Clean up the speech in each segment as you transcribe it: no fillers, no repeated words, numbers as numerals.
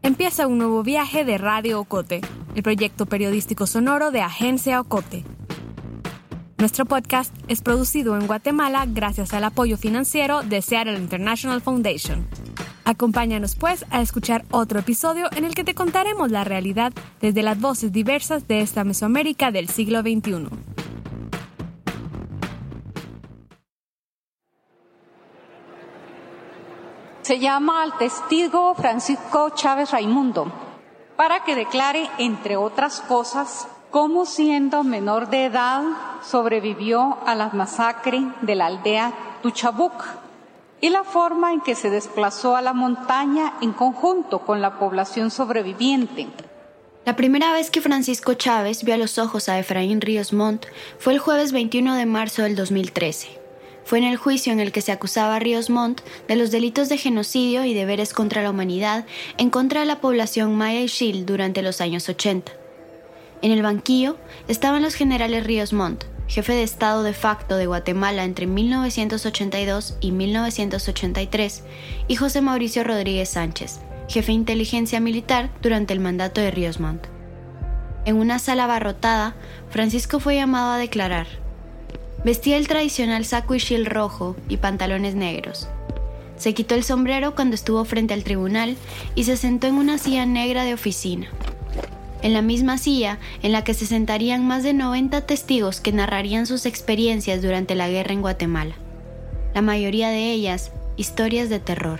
Empieza un nuevo viaje de Radio Ocote, el proyecto periodístico sonoro de Agencia Ocote. Nuestro podcast es producido en Guatemala gracias al apoyo financiero de Seattle International Foundation. Acompáñanos pues a escuchar otro episodio en el que te contaremos la realidad desde las voces diversas de esta Mesoamérica del siglo XXI. Se llama al testigo Francisco Chávez Raimundo para que declare, entre otras cosas, cómo siendo menor de edad sobrevivió a la masacre de la aldea Tuchabuc y la forma en que se desplazó a la montaña en conjunto con la población sobreviviente. La primera vez que Francisco Chávez vio a los ojos a Efraín Ríos Montt fue el jueves 21 de marzo del 2013. Fue en el juicio en el que se acusaba a Ríos Montt de los delitos de genocidio y deberes contra la humanidad en contra de la población maya y xil durante los años 80. En el banquillo estaban los generales Ríos Montt, jefe de Estado de facto de Guatemala entre 1982 y 1983, y José Mauricio Rodríguez Sánchez, jefe de inteligencia militar durante el mandato de Ríos Montt. En una sala abarrotada, Francisco fue llamado a declarar. Vestía el tradicional saco y xil rojo y pantalones negros. Se quitó el sombrero cuando estuvo frente al tribunal y se sentó en una silla negra de oficina. En la misma silla en la que se sentarían más de 90 testigos que narrarían sus experiencias durante la guerra en Guatemala. La mayoría de ellas, historias de terror.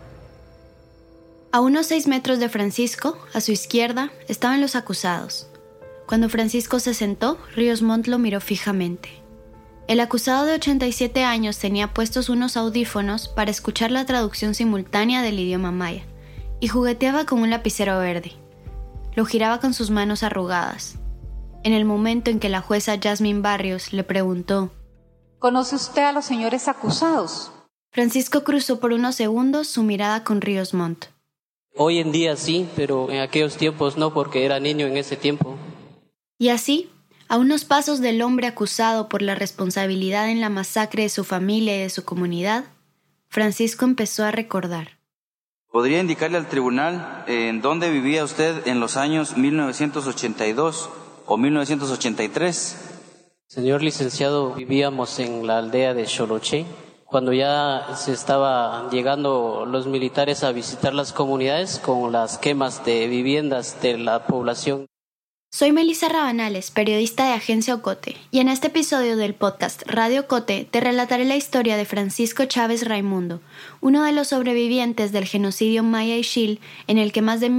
A unos 6 metros de Francisco, a su izquierda, estaban los acusados. Cuando Francisco se sentó, Ríos Montt lo miró fijamente. El acusado de 87 años tenía puestos unos audífonos para escuchar la traducción simultánea del idioma maya y jugueteaba con un lapicero verde. Lo giraba con sus manos arrugadas. En el momento en que la jueza Yasmín Barrios le preguntó: ¿Conoce usted a los señores acusados? Francisco cruzó por unos segundos su mirada con Ríos Montt. Hoy en día sí, pero en aquellos tiempos no, porque era niño en ese tiempo. Y así, a unos pasos del hombre acusado por la responsabilidad en la masacre de su familia y de su comunidad, Francisco empezó a recordar. ¿Podría indicarle al tribunal en dónde vivía usted en los años 1982 o 1983? Señor licenciado, vivíamos en la aldea de Xoloché. Cuando ya se estaba llegando los militares a visitar las comunidades con las quemas de viviendas de la población. Soy Melissa Rabanales, periodista de Agencia Ocote, y en este episodio del podcast Radio Ocote te relataré la historia de Francisco Chávez Raimundo, uno de los sobrevivientes del genocidio maya y xil en el que más de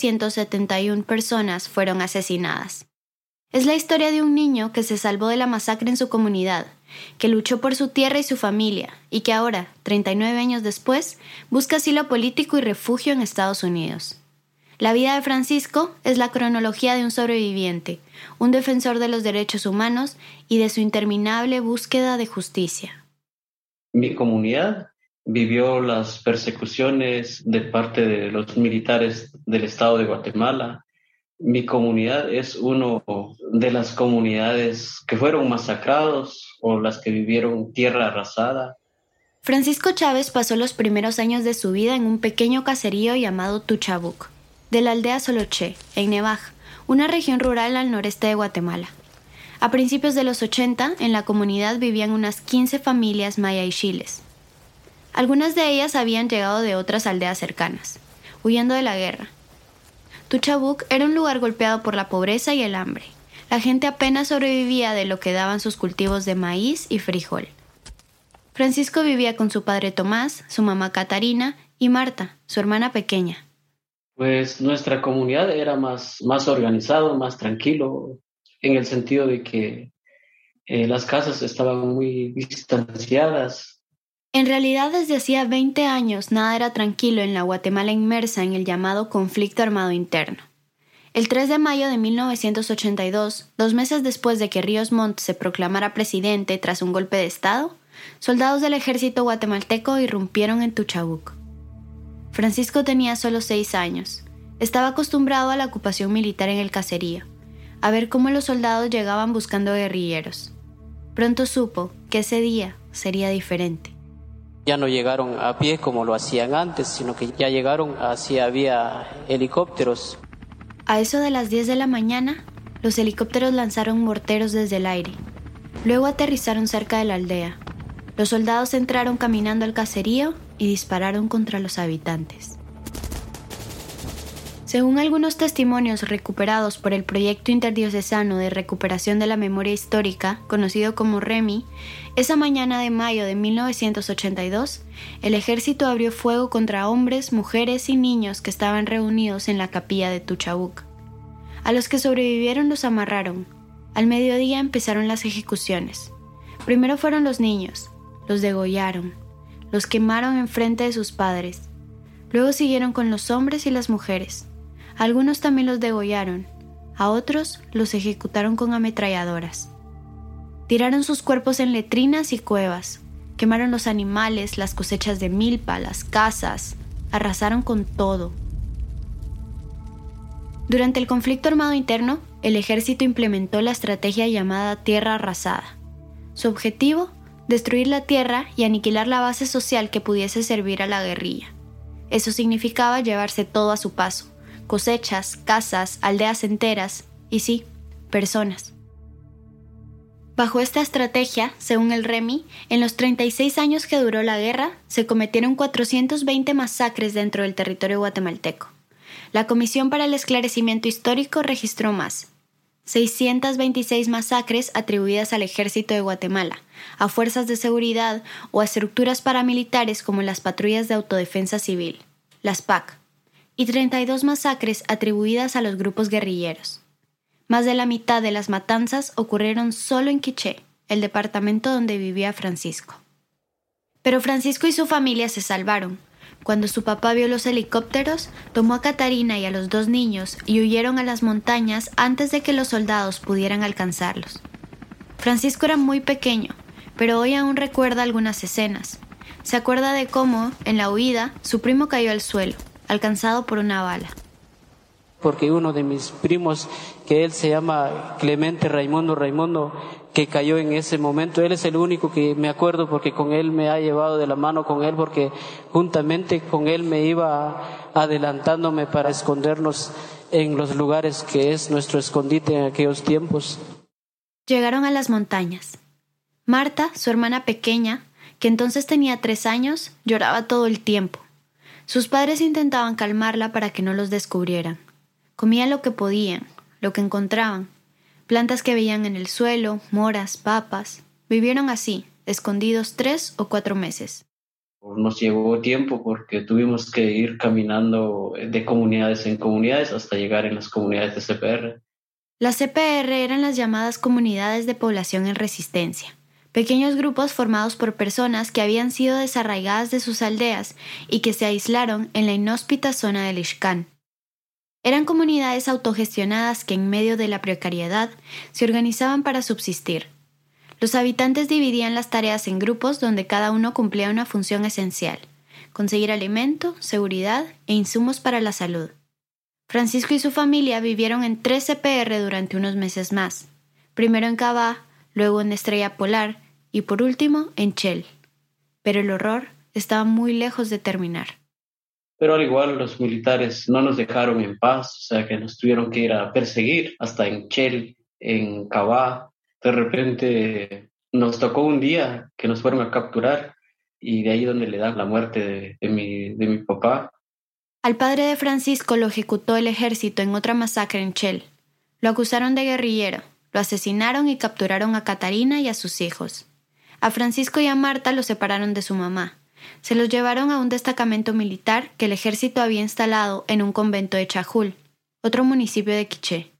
1,771 personas fueron asesinadas. Es la historia de un niño que se salvó de la masacre en su comunidad, que luchó por su tierra y su familia, y que ahora, 39 años después, busca asilo político y refugio en Estados Unidos. La vida de Francisco es la cronología de un sobreviviente, un defensor de los derechos humanos y de su interminable búsqueda de justicia. Mi comunidad vivió las persecuciones de parte de los militares del Estado de Guatemala. Mi comunidad es una de las comunidades que fueron masacrados o las que vivieron tierra arrasada. Francisco Chávez pasó los primeros años de su vida en un pequeño caserío llamado Tuchabuc, de la aldea Xoloché, en Nevaj, una región rural al noreste de Guatemala. A principios de los 80, en la comunidad vivían unas 15 familias maya y xiles. Algunas de ellas habían llegado de otras aldeas cercanas, huyendo de la guerra. Tuchabuc era un lugar golpeado por la pobreza y el hambre. La gente apenas sobrevivía de lo que daban sus cultivos de maíz y frijol. Francisco vivía con su padre Tomás, su mamá Catarina y Marta, su hermana pequeña. Pues nuestra comunidad era más organizado, más tranquilo, en el sentido de que las casas estaban muy distanciadas. En realidad, desde hacía 20 años nada era tranquilo en la Guatemala inmersa en el llamado conflicto armado interno. El 3 de mayo de 1982, 2 meses después de que Ríos Montt se proclamara presidente tras un golpe de Estado, soldados del ejército guatemalteco irrumpieron en Tuchabuc. Francisco tenía solo 6 años. Estaba acostumbrado a la ocupación militar en el caserío, a ver cómo los soldados llegaban buscando guerrilleros. Pronto supo que ese día sería diferente. Ya no llegaron a pie como lo hacían antes, sino que ya llegaron hacia había helicópteros. A eso de las 10 de la mañana, los helicópteros lanzaron morteros desde el aire. Luego aterrizaron cerca de la aldea. Los soldados entraron caminando al caserío y dispararon contra los habitantes. Según algunos testimonios recuperados por el Proyecto Interdiocesano de Recuperación de la Memoria Histórica, conocido como REMI, esa mañana de mayo de 1982, el ejército abrió fuego contra hombres, mujeres y niños que estaban reunidos en la capilla de Tuchabuc. A los que sobrevivieron los amarraron. Al mediodía empezaron las ejecuciones. Primero fueron los niños, los degollaron, los quemaron enfrente de sus padres. Luego siguieron con los hombres y las mujeres. Algunos también los degollaron, a otros los ejecutaron con ametralladoras. Tiraron sus cuerpos en letrinas y cuevas, quemaron los animales, las cosechas de milpa, las casas, arrasaron con todo. Durante el conflicto armado interno, el ejército implementó la estrategia llamada Tierra Arrasada. Su objetivo, destruir la tierra y aniquilar la base social que pudiese servir a la guerrilla. Eso significaba llevarse todo a su paso. Cosechas, casas, aldeas enteras y sí, personas. Bajo esta estrategia, según el REMI, en los 36 años que duró la guerra, se cometieron 420 masacres dentro del territorio guatemalteco. La Comisión para el Esclarecimiento Histórico registró más. 626 masacres atribuidas al ejército de Guatemala, a fuerzas de seguridad o a estructuras paramilitares como las patrullas de autodefensa civil, las PAC, y 32 masacres atribuidas a los grupos guerrilleros. Más de la mitad de las matanzas ocurrieron solo en Quiché, el departamento donde vivía Francisco. Pero Francisco y su familia se salvaron. Cuando su papá vio los helicópteros, tomó a Catarina y a los 2 niños y huyeron a las montañas antes de que los soldados pudieran alcanzarlos. Francisco era muy pequeño, pero hoy aún recuerda algunas escenas. Se acuerda de cómo, en la huida, su primo cayó al suelo, alcanzado por una bala. Porque uno de mis primos, que él se llama Clemente Raimundo, que cayó en ese momento, él es el único que me acuerdo porque con él me ha llevado de la mano con él, porque juntamente con él me iba adelantándome para escondernos en los lugares que es nuestro escondite en aquellos tiempos. Llegaron a las montañas. Marta, su hermana pequeña, que entonces tenía 3 años, lloraba todo el tiempo. Sus padres intentaban calmarla para que no los descubrieran. Comían lo que podían, lo que encontraban. Plantas que veían en el suelo, moras, papas. Vivieron así, escondidos 3 o 4 meses. Nos llevó tiempo porque tuvimos que ir caminando de comunidades en comunidades hasta llegar en las comunidades de CPR. Las CPR eran las llamadas comunidades de población en resistencia. Pequeños grupos formados por personas que habían sido desarraigadas de sus aldeas y que se aislaron en la inhóspita zona del Ixcán. Eran comunidades autogestionadas que en medio de la precariedad se organizaban para subsistir. Los habitantes dividían las tareas en grupos donde cada uno cumplía una función esencial: conseguir alimento, seguridad e insumos para la salud. Francisco y su familia vivieron en 3 CPR durante unos meses más, primero en Cabá, luego en Estrella Polar y por último en Chel. Pero el horror estaba muy lejos de terminar. Pero al igual los militares no nos dejaron en paz, o sea que nos tuvieron que ir a perseguir hasta en Chel, en Cabá. De repente nos tocó un día que nos fueron a capturar y de ahí donde le dan la muerte de mi papá. Al padre de Francisco lo ejecutó el ejército en otra masacre en Chel. Lo acusaron de guerrillero, lo asesinaron y capturaron a Catarina y a sus hijos. A Francisco y a Marta los separaron de su mamá. Se los llevaron a un destacamento militar que el ejército había instalado en un convento de Chajul, otro municipio de Quiché.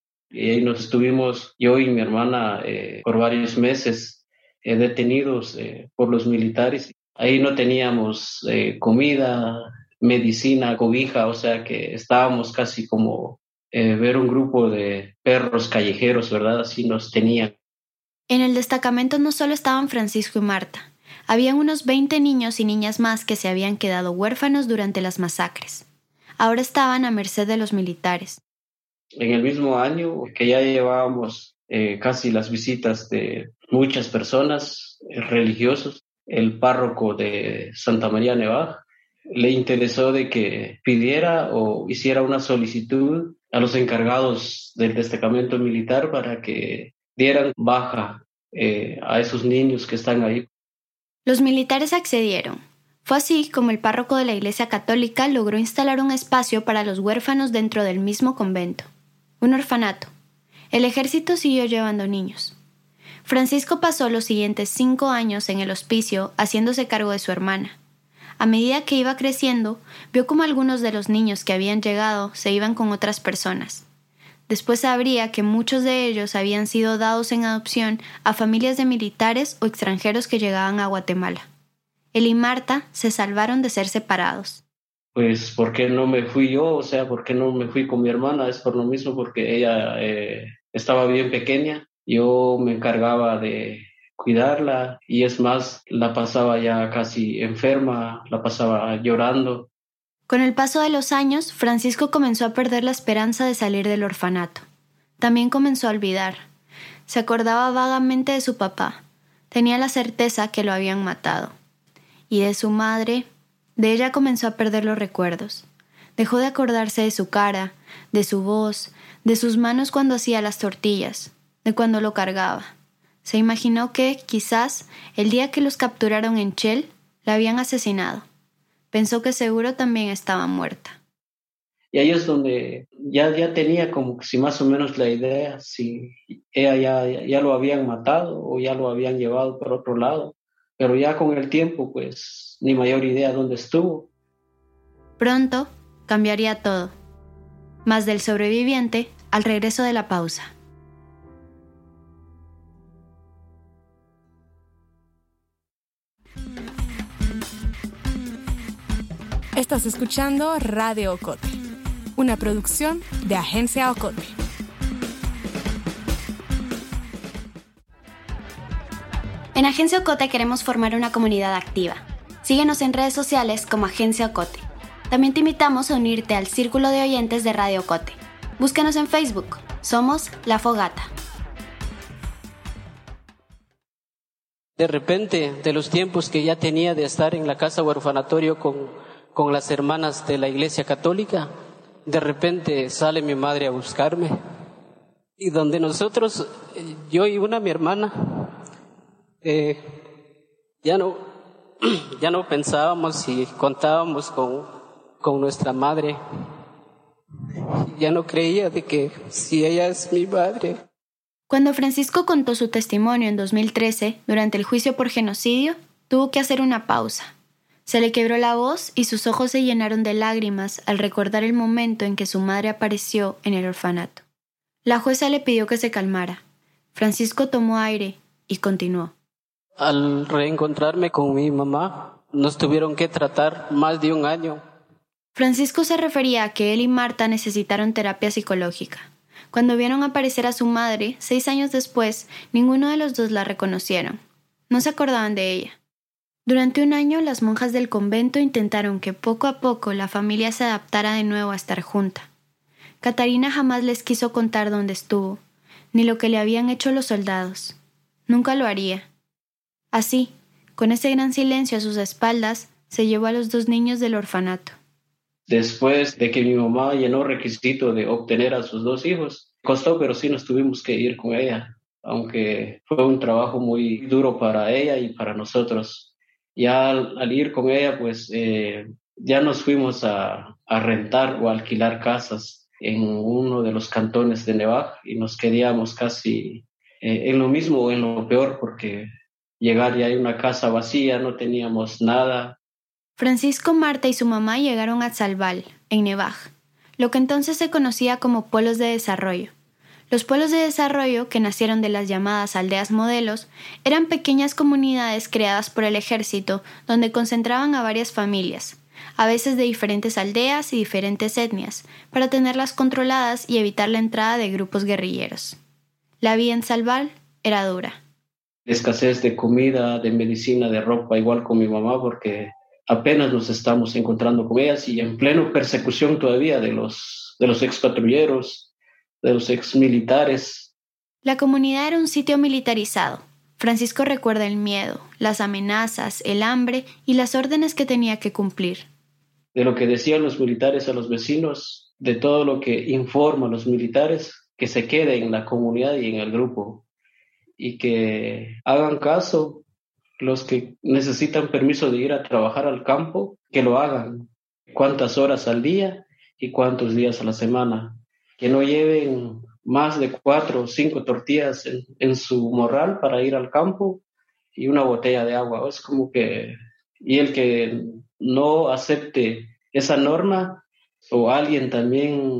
Y ahí nos estuvimos, yo y mi hermana, por varios meses detenidos por los militares. Ahí no teníamos comida, medicina, cobija, o sea que estábamos casi como ver un grupo de perros callejeros, ¿verdad? Así nos tenían. En el destacamento no solo estaban Francisco y Marta. Habían unos 20 niños y niñas más que se habían quedado huérfanos durante las masacres. Ahora estaban a merced de los militares. En el mismo año que ya llevábamos casi las visitas de muchas personas, religiosos, el párroco de Santa María Nevaj le interesó de que pidiera o hiciera una solicitud a los encargados del destacamento militar para que dieran baja a esos niños que están ahí. Los militares accedieron. Fue así como el párroco de la Iglesia Católica logró instalar un espacio para los huérfanos dentro del mismo convento, un orfanato. El ejército siguió llevando niños. Francisco pasó los siguientes 5 años en el hospicio haciéndose cargo de su hermana. A medida que iba creciendo, vio como algunos de los niños que habían llegado se iban con otras personas. Después sabría que muchos de ellos habían sido dados en adopción a familias de militares o extranjeros que llegaban a Guatemala. Él y Marta se salvaron de ser separados. Pues, ¿por qué no me fui yo? O sea, ¿por qué no me fui con mi hermana? Es por lo mismo, porque ella estaba bien pequeña. Yo me encargaba de cuidarla y es más, la pasaba ya casi enferma, la pasaba llorando. Con el paso de los años, Francisco comenzó a perder la esperanza de salir del orfanato. También comenzó a olvidar. Se acordaba vagamente de su papá. Tenía la certeza que lo habían matado. Y de su madre, de ella comenzó a perder los recuerdos. Dejó de acordarse de su cara, de su voz, de sus manos cuando hacía las tortillas, de cuando lo cargaba. Se imaginó que, quizás, el día que los capturaron en Chel, la habían asesinado. Pensó que seguro también estaba muerta. Y ahí es donde ya tenía como que si más o menos la idea, si ella ya lo habían matado o ya lo habían llevado por otro lado. Pero ya con el tiempo, pues, ni mayor idea dónde estuvo. Pronto cambiaría todo. Más del sobreviviente al regreso de la pausa. Estás escuchando Radio Ocote, una producción de Agencia Ocote. En Agencia Ocote queremos formar una comunidad activa. Síguenos en redes sociales como Agencia Ocote. También te invitamos a unirte al círculo de oyentes de Radio Ocote. Búscanos en Facebook. Somos La Fogata. De repente, de los tiempos que ya tenía de estar en la casa orfanatorio con las hermanas de la Iglesia Católica, de repente sale mi madre a buscarme. Y donde nosotros, yo y mi hermana, ya no pensábamos y contábamos con nuestra madre. Ya no creía de que si ella es mi madre. Cuando Francisco contó su testimonio en 2013, durante el juicio por genocidio, tuvo que hacer una pausa. Se le quebró la voz y sus ojos se llenaron de lágrimas al recordar el momento en que su madre apareció en el orfanato. La jueza le pidió que se calmara. Francisco tomó aire y continuó. Al reencontrarme con mi mamá, nos tuvieron que tratar más de 1 año. Francisco se refería a que él y Marta necesitaron terapia psicológica. Cuando vieron aparecer a su madre, 6 años después, ninguno de los dos la reconocieron. No se acordaban de ella. Durante 1 año, las monjas del convento intentaron que poco a poco la familia se adaptara de nuevo a estar junta. Catarina jamás les quiso contar dónde estuvo, ni lo que le habían hecho los soldados. Nunca lo haría. Así, con ese gran silencio a sus espaldas, se llevó a los 2 niños del orfanato. Después de que mi mamá llenó requisito de obtener a sus 2 hijos, costó, pero sí nos tuvimos que ir con ella, aunque fue un trabajo muy duro para ella y para nosotros. Ya al ir con ella, pues ya nos fuimos a rentar o a alquilar casas en uno de los cantones de Nevaj y nos quedamos casi en lo mismo o en lo peor, porque llegar ya a una casa vacía, no teníamos nada. Francisco, Marta y su mamá llegaron a Tzalbal, en Nevaj, lo que entonces se conocía como pueblos de desarrollo. Los pueblos de desarrollo, que nacieron de las llamadas aldeas modelos, eran pequeñas comunidades creadas por el ejército donde concentraban a varias familias, a veces de diferentes aldeas y diferentes etnias, para tenerlas controladas y evitar la entrada de grupos guerrilleros. La vida en Tzalbal era dura. Escasez de comida, de medicina, de ropa, igual con mi mamá, porque apenas nos estamos encontrando con ellas y en pleno persecución todavía de los expatrulleros, de los exmilitares. La comunidad era un sitio militarizado. Francisco recuerda el miedo, las amenazas, el hambre y las órdenes que tenía que cumplir. De lo que decían los militares a los vecinos, de todo lo que informan los militares, que se quede en la comunidad y en el grupo y que hagan caso los que necesitan permiso de ir a trabajar al campo, que lo hagan, cuántas horas al día y cuántos días a la semana, que no lleven más de 4 o 5 tortillas en su morral para ir al campo y una botella de agua. Es como que, y el que no acepte esa norma o alguien también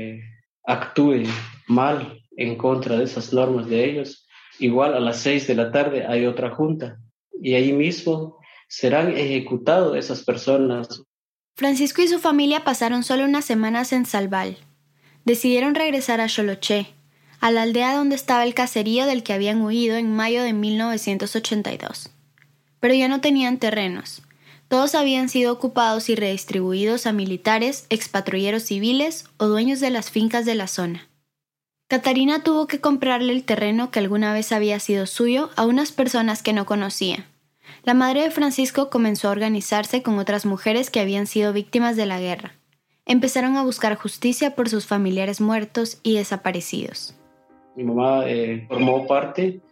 actúe mal en contra de esas normas de ellos, igual a las 6 de la tarde hay otra junta y ahí mismo serán ejecutados esas personas. Francisco y su familia pasaron solo unas semanas en Salval. Decidieron regresar a Xoloché, a la aldea donde estaba el caserío del que habían huido en mayo de 1982. Pero ya no tenían terrenos. Todos habían sido ocupados y redistribuidos a militares, expatrulleros civiles o dueños de las fincas de la zona. Catarina tuvo que comprarle el terreno que alguna vez había sido suyo a unas personas que no conocía. La madre de Francisco comenzó a organizarse con otras mujeres que habían sido víctimas de la guerra. Empezaron a buscar justicia por sus familiares muertos y desaparecidos. Mi mamá formó parte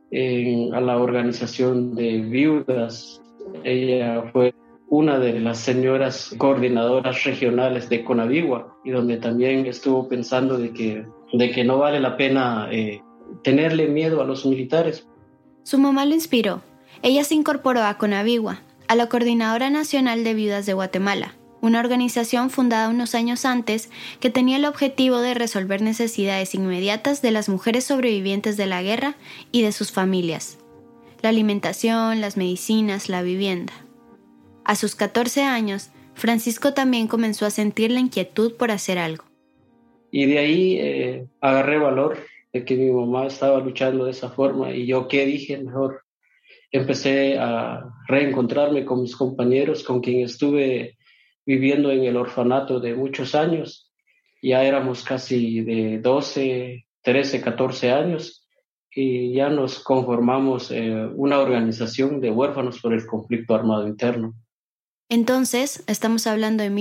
a la organización de viudas. Ella fue una de las señoras coordinadoras regionales de Conavigua y donde también estuvo pensando de que no vale la pena tenerle miedo a los militares. Su mamá lo inspiró. Ella se incorporó a Conavigua, a la Coordinadora Nacional de Viudas de Guatemala, una organización fundada unos años antes que tenía el objetivo de resolver necesidades inmediatas de las mujeres sobrevivientes de la guerra y de sus familias: la alimentación, las medicinas, la vivienda. A sus 14 años, Francisco también comenzó a sentir la inquietud por hacer algo. Y de ahí agarré valor de que mi mamá estaba luchando de esa forma y yo qué dije, mejor empecé a reencontrarme con mis compañeros con quien estuve viviendo en el orfanato de muchos años. Ya éramos casi de 12, 13, 14 años y ya nos conformamos una organización de huérfanos por el conflicto armado interno. Entonces, estamos hablando de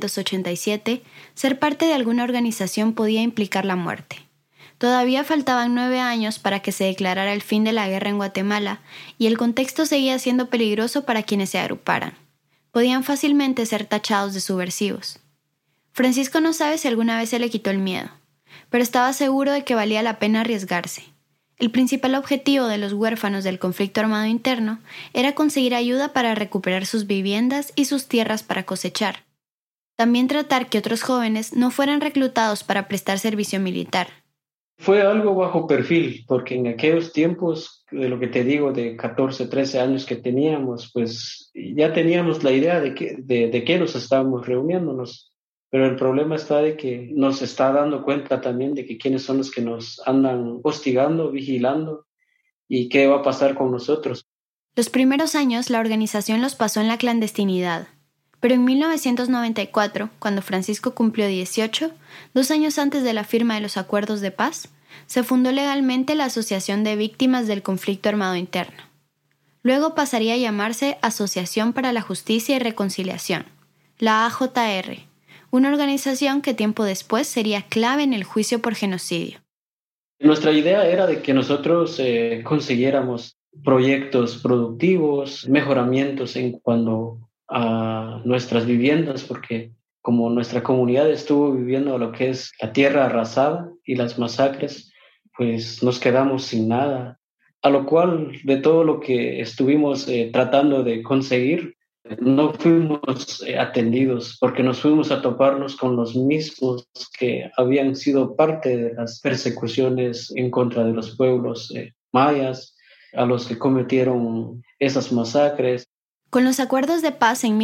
1987, ser parte de alguna organización podía implicar la muerte. Todavía faltaban 9 años para que se declarara el fin de la guerra en Guatemala y el contexto seguía siendo peligroso para quienes se agruparan. Podían fácilmente ser tachados de subversivos. Francisco no sabe si alguna vez se le quitó el miedo, pero estaba seguro de que valía la pena arriesgarse. El principal objetivo de los huérfanos del conflicto armado interno era conseguir ayuda para recuperar sus viviendas y sus tierras para cosechar. También tratar que otros jóvenes no fueran reclutados para prestar servicio militar. Fue algo bajo perfil, porque en aquellos tiempos, de lo que te digo, de 14, 13 años que teníamos, pues ya teníamos la idea de qué nos estábamos reuniéndonos. Pero el problema está de que nos está dando cuenta también de que quiénes son los que nos andan hostigando, vigilando y qué va a pasar con nosotros. Los primeros años la organización los pasó en la clandestinidad. Pero en 1994, cuando Francisco cumplió 18, 2 años antes de la firma de los acuerdos de paz, se fundó legalmente la Asociación de Víctimas del Conflicto Armado Interno. Luego pasaría a llamarse Asociación para la Justicia y Reconciliación, la AJR, una organización que tiempo después sería clave en el juicio por genocidio. Nuestra idea era de que nosotros consiguiéramos proyectos productivos, mejoramientos en cuanto a nuestras viviendas, porque como nuestra comunidad estuvo viviendo lo que es la tierra arrasada y las masacres, pues nos quedamos sin nada. A lo cual, de todo lo que estuvimos tratando de conseguir, no fuimos atendidos porque nos fuimos a toparnos con los mismos que habían sido parte de las persecuciones en contra de los pueblos mayas, a los que cometieron esas masacres. Con los acuerdos de paz en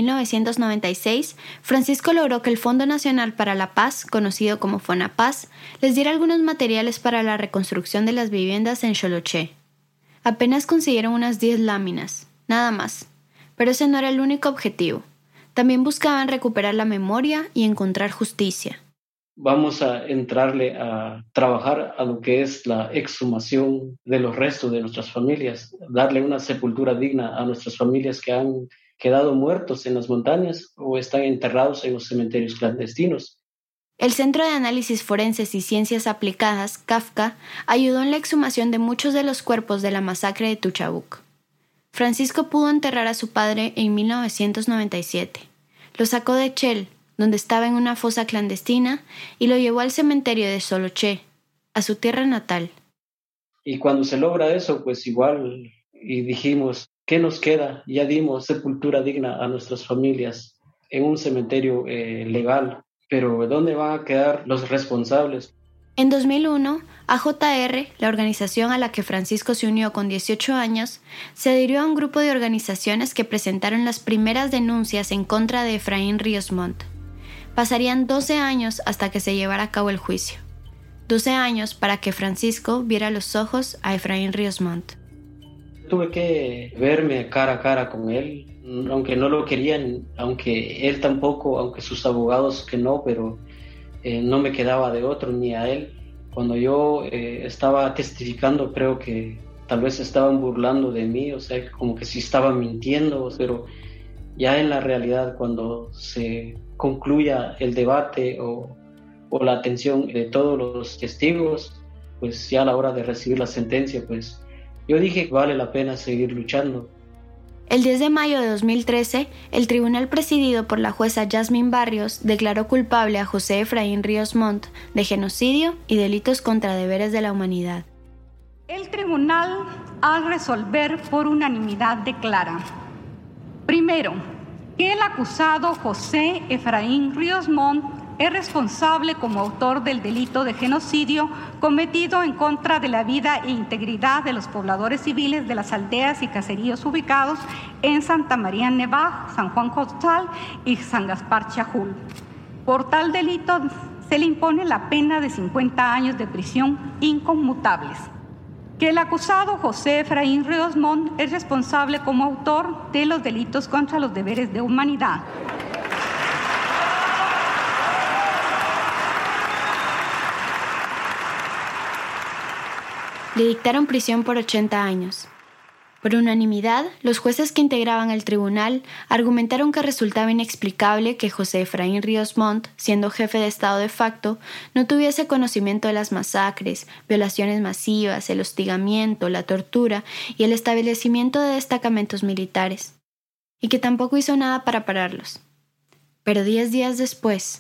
1996, Francisco logró que el Fondo Nacional para la Paz, conocido como FONAPAZ, les diera algunos materiales para la reconstrucción de las viviendas en Xoloché. Apenas consiguieron unas 10 láminas, nada más. Pero ese no era el único objetivo. También buscaban recuperar la memoria y encontrar justicia. vamos a entrarle a trabajar a lo que es la exhumación de los restos de nuestras familias, darle una sepultura digna a nuestras familias que han quedado muertos en las montañas o están enterrados en los cementerios clandestinos. El Centro de Análisis Forenses y Ciencias Aplicadas, CAFCA, ayudó en la exhumación de muchos de los cuerpos de la masacre de Tuchabuc. Francisco pudo enterrar a su padre en 1997. Lo sacó de Chel, donde estaba en una fosa clandestina, y lo llevó al cementerio de Xoloché, a su tierra natal. Y cuando se logra eso, pues igual, y dijimos, ¿qué nos queda? Ya dimos sepultura digna a nuestras familias en un cementerio legal, pero ¿dónde van a quedar los responsables? En 2001, AJR, la organización a la que Francisco se unió con 18 años, se adhirió a un grupo de organizaciones que presentaron las primeras denuncias en contra de Efraín Ríos Montt. Pasarían 12 años hasta que se llevara a cabo el juicio. 12 años para que Francisco viera a los ojos a Efraín Ríos Montt. Tuve que verme cara a cara con él, aunque no lo querían, aunque él tampoco, aunque sus abogados que no, pero no me quedaba de otro ni a él. Cuando yo estaba testificando, creo que tal vez estaban burlando de mí, o sea, como que sí estaba mintiendo, pero ya en la realidad, cuando se concluya el debate o la atención de todos los testigos, pues ya a la hora de recibir la sentencia, pues yo dije que vale la pena seguir luchando. El 10 de mayo de 2013, el tribunal presidido por la jueza Yasmín Barrios declaró culpable a José Efraín Ríos Montt de genocidio y delitos contra deberes de la humanidad. El tribunal, al resolver por unanimidad, declara: primero, que el acusado José Efraín Ríos Montt es responsable como autor del delito de genocidio cometido en contra de la vida e integridad de los pobladores civiles de las aldeas y caseríos ubicados en Santa María Nevaj, San Juan Cotzal y San Gaspar Chajul. Por tal delito se le impone la pena de 50 años de prisión inconmutables. Que el acusado José Efraín Ríos Montt es responsable como autor de los delitos contra los deberes de humanidad. Le dictaron prisión por 80 años. Por unanimidad, los jueces que integraban el tribunal argumentaron que resultaba inexplicable que José Efraín Ríos Montt, siendo jefe de Estado de facto, no tuviese conocimiento de las masacres, violaciones masivas, el hostigamiento, la tortura y el establecimiento de destacamentos militares, y que tampoco hizo nada para pararlos. Pero 10 días después,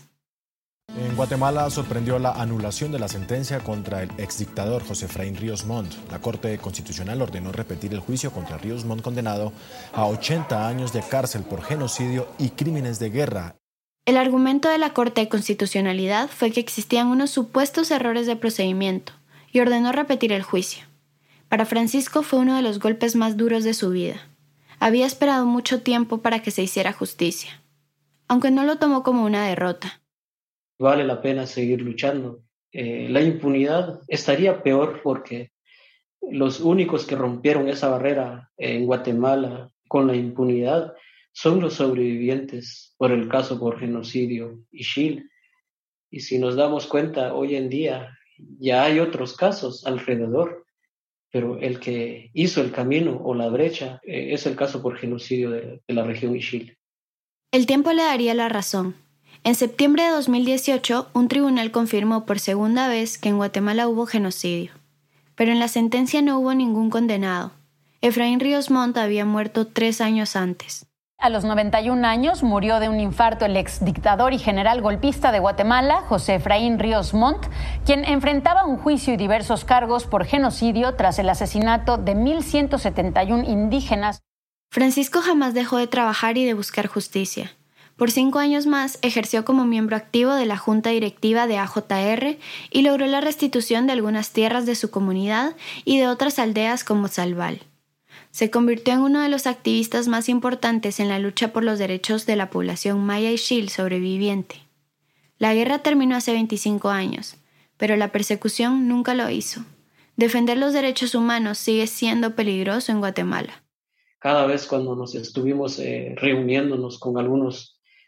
en Guatemala sorprendió la anulación de la sentencia contra el exdictador José Efraín Ríos Montt. La Corte Constitucional ordenó repetir el juicio contra Ríos Montt, condenado a 80 años de cárcel por genocidio y crímenes de guerra. El argumento de la Corte de Constitucionalidad fue que existían unos supuestos errores de procedimiento y ordenó repetir el juicio. Para Francisco fue uno de los golpes más duros de su vida. Había esperado mucho tiempo para que se hiciera justicia, aunque no lo tomó como una derrota. Vale la pena seguir luchando. La impunidad estaría peor porque los únicos que rompieron esa barrera en Guatemala con la impunidad son los sobrevivientes por el caso por genocidio Ixil. Y si nos damos cuenta, hoy en día ya hay otros casos alrededor, pero el que hizo el camino o la brecha es el caso por genocidio de la región Ixil. El tiempo le daría la razón. En septiembre de 2018, un tribunal confirmó por segunda vez que en Guatemala hubo genocidio. Pero en la sentencia no hubo ningún condenado. Efraín Ríos Montt había muerto 3 años antes. A los 91 años murió de un infarto el exdictador y general golpista de Guatemala, José Efraín Ríos Montt, quien enfrentaba un juicio y diversos cargos por genocidio tras el asesinato de 1.171 indígenas. Francisco jamás dejó de trabajar y de buscar justicia. Por 5 años más ejerció como miembro activo de la junta directiva de AJR y logró la restitución de algunas tierras de su comunidad y de otras aldeas como Salval. Se convirtió en uno de los activistas más importantes en la lucha por los derechos de la población maya Ixil sobreviviente. La guerra terminó hace 25 años, pero la persecución nunca lo hizo. Defender los derechos humanos sigue siendo peligroso en Guatemala. Cada vez cuando nos estuvimos reuniéndonos con algunos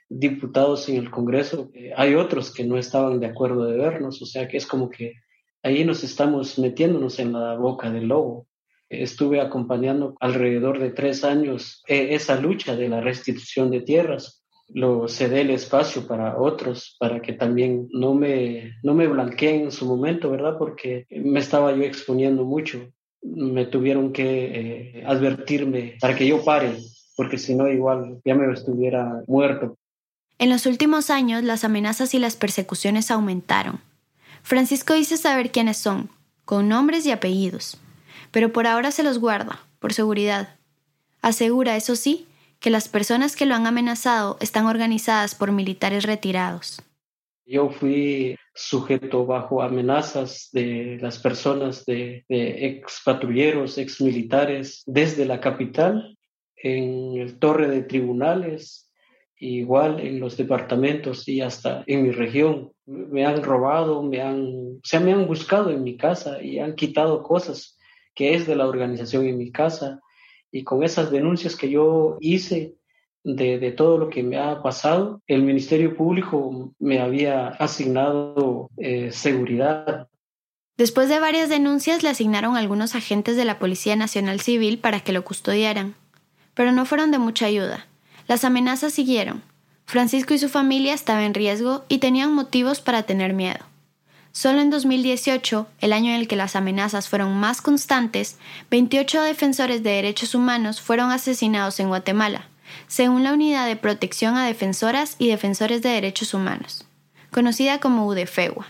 diputados en el Congreso, hay otros que no estaban de acuerdo de vernos, o sea que es como que ahí nos estamos metiéndonos en la boca del lobo. Estuve acompañando alrededor de 3 años esa lucha de la restitución de tierras. Lo cedé el espacio para otros, para que también no me blanqueen en su momento, ¿verdad? Porque me estaba yo exponiendo mucho. Me tuvieron que advertirme para que yo pare, porque si no igual ya me estuviera muerto. En los últimos años, las amenazas y las persecuciones aumentaron. Francisco dice saber quiénes son, con nombres y apellidos, pero por ahora se los guarda, por seguridad. Asegura, eso sí, que las personas que lo han amenazado están organizadas por militares retirados. Yo fui sujeto bajo amenazas de las personas, de ex patrulleros, ex militares, desde la capital, en el torre de tribunales, igual en los departamentos y hasta en mi región. Me han robado, me han buscado en mi casa y han quitado cosas que es de la organización en mi casa. Y con esas denuncias que yo hice de todo lo que me ha pasado, el Ministerio Público me había asignado seguridad. Después de varias denuncias, le asignaron a algunos agentes de la Policía Nacional Civil para que lo custodiaran. Pero no fueron de mucha ayuda. Las amenazas siguieron. Francisco y su familia estaban en riesgo y tenían motivos para tener miedo. Solo en 2018, el año en el que las amenazas fueron más constantes, 28 defensores de derechos humanos fueron asesinados en Guatemala, según la Unidad de Protección a Defensoras y Defensores de Derechos Humanos, conocida como UDEFEWA.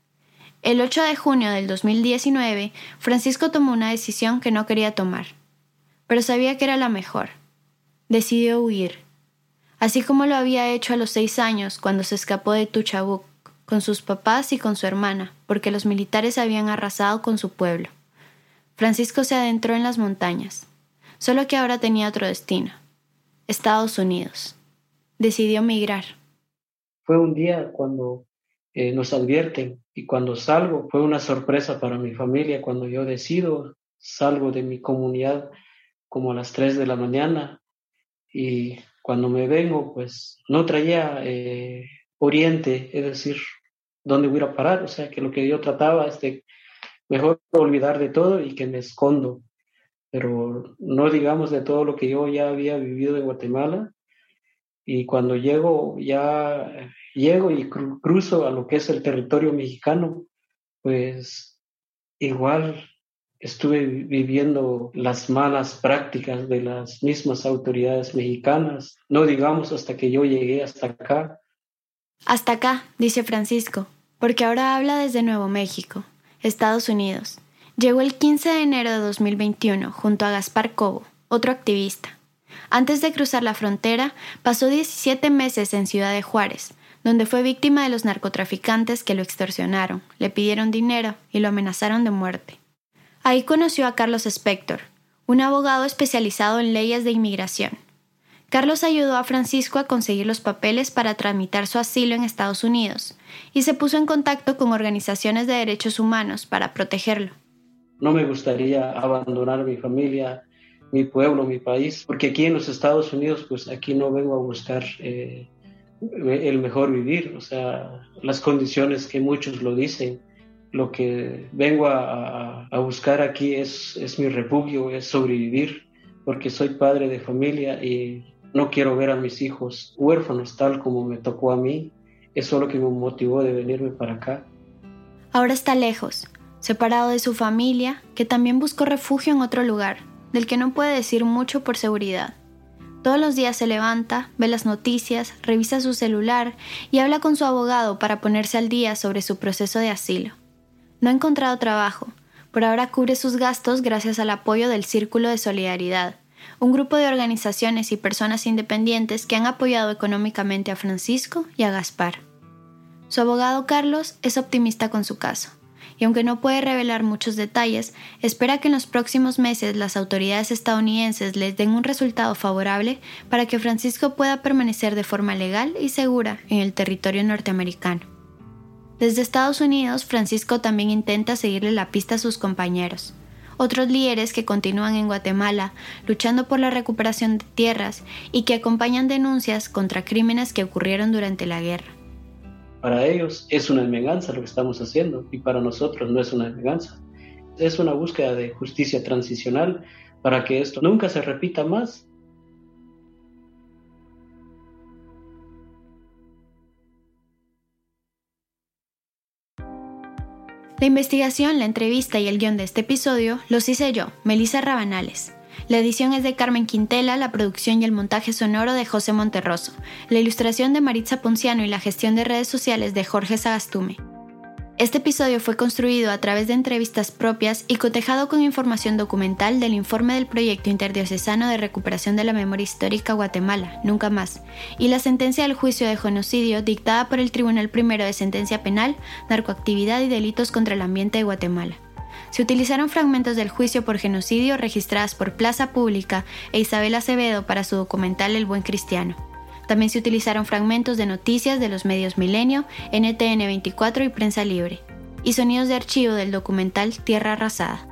El 8 de junio del 2019, Francisco tomó una decisión que no quería tomar, pero sabía que era la mejor. Decidió huir, así como lo había hecho a los 6 años cuando se escapó de Tuchabuc, con sus papás y con su hermana, porque los militares habían arrasado con su pueblo. Francisco se adentró en las montañas, solo que ahora tenía otro destino: Estados Unidos. Decidió migrar. Fue un día cuando nos advierten, y cuando salgo fue una sorpresa para mi familia. Cuando yo salgo de mi comunidad como a las 3 de la mañana, y cuando me vengo pues no traía oriente, es decir, dónde voy a parar. O sea que lo que yo trataba es de mejor olvidar de todo y que me escondo, pero no digamos de todo lo que yo ya había vivido en Guatemala. Y cuando llego y cruzo a lo que es el territorio mexicano, pues igual estuve viviendo las malas prácticas de las mismas autoridades mexicanas, no digamos hasta que yo llegué hasta acá. Hasta acá, dice Francisco, porque ahora habla desde Nuevo México, Estados Unidos. Llegó el 15 de enero de 2021 junto a Gaspar Cobo, otro activista. Antes de cruzar la frontera, pasó 17 meses en Ciudad de Juárez, donde fue víctima de los narcotraficantes que lo extorsionaron, le pidieron dinero y lo amenazaron de muerte. Ahí conoció a Carlos Spector, un abogado especializado en leyes de inmigración. Carlos ayudó a Francisco a conseguir los papeles para tramitar su asilo en Estados Unidos y se puso en contacto con organizaciones de derechos humanos para protegerlo. No me gustaría abandonar mi familia, mi pueblo, mi país, porque aquí en los Estados Unidos, pues aquí no vengo a buscar el mejor vivir, o sea, las condiciones que muchos lo dicen. Lo que vengo a buscar aquí es mi refugio, es sobrevivir, porque soy padre de familia y no quiero ver a mis hijos huérfanos tal como me tocó a mí. Eso es lo que me motivó de venirme para acá. Ahora está lejos, separado de su familia, que también buscó refugio en otro lugar, del que no puede decir mucho por seguridad. Todos los días se levanta, ve las noticias, revisa su celular y habla con su abogado para ponerse al día sobre su proceso de asilo. No ha encontrado trabajo. Por ahora cubre sus gastos gracias al apoyo del Círculo de Solidaridad, un grupo de organizaciones y personas independientes que han apoyado económicamente a Francisco y a Gaspar. Su abogado Carlos es optimista con su caso, y aunque no puede revelar muchos detalles, espera que en los próximos meses las autoridades estadounidenses les den un resultado favorable para que Francisco pueda permanecer de forma legal y segura en el territorio norteamericano. Desde Estados Unidos, Francisco también intenta seguirle la pista a sus compañeros. otros líderes que continúan en Guatemala luchando por la recuperación de tierras y que acompañan denuncias contra crímenes que ocurrieron durante la guerra. Para ellos es una venganza lo que estamos haciendo y para nosotros no es una venganza. Es una búsqueda de justicia transicional para que esto nunca se repita más. La investigación, la entrevista y el guión de este episodio los hice yo, Melissa Rabanales. La edición es de Carmen Quintela, la producción y el montaje sonoro de José Monterroso, la ilustración de Maritza Ponciano y la gestión de redes sociales de Jorge Sagastume. Este episodio fue construido a través de entrevistas propias y cotejado con información documental del informe del Proyecto Interdiocesano de Recuperación de la Memoria Histórica Guatemala, Nunca Más, y la sentencia del juicio de genocidio dictada por el Tribunal Primero de Sentencia Penal, Narcoactividad y Delitos contra el Ambiente de Guatemala. Se utilizaron fragmentos del juicio por genocidio registradas por Plaza Pública e Isabel Acevedo para su documental El Buen Cristiano. También se utilizaron fragmentos de noticias de los medios Milenio, NTN 24 y Prensa Libre, y sonidos de archivo del documental Tierra Arrasada.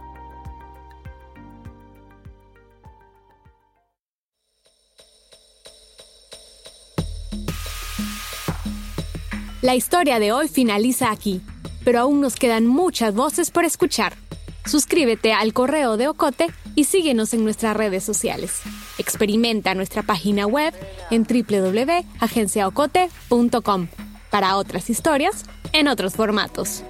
La historia de hoy finaliza aquí, pero aún nos quedan muchas voces por escuchar. Suscríbete al correo de Ocote y síguenos en nuestras redes sociales. Experimenta nuestra página web en www.agenciaocote.com para otras historias en otros formatos.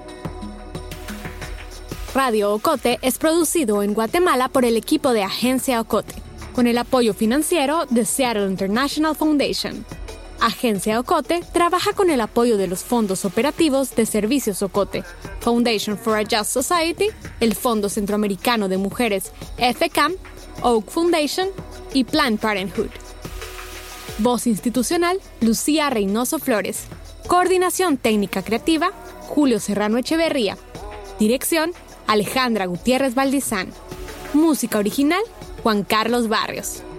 Radio Ocote es producido en Guatemala por el equipo de Agencia Ocote, con el apoyo financiero de Seattle International Foundation. Agencia Ocote trabaja con el apoyo de los fondos operativos de Servicios Ocote, Foundation for a Just Society, el Fondo Centroamericano de Mujeres FCAM, Oak Foundation y Planned Parenthood. Voz institucional, Lucía Reynoso Flores. Coordinación técnica creativa, Julio Serrano Echeverría. Dirección, Alejandra Gutiérrez Valdizán. Música original, Juan Carlos Barrios.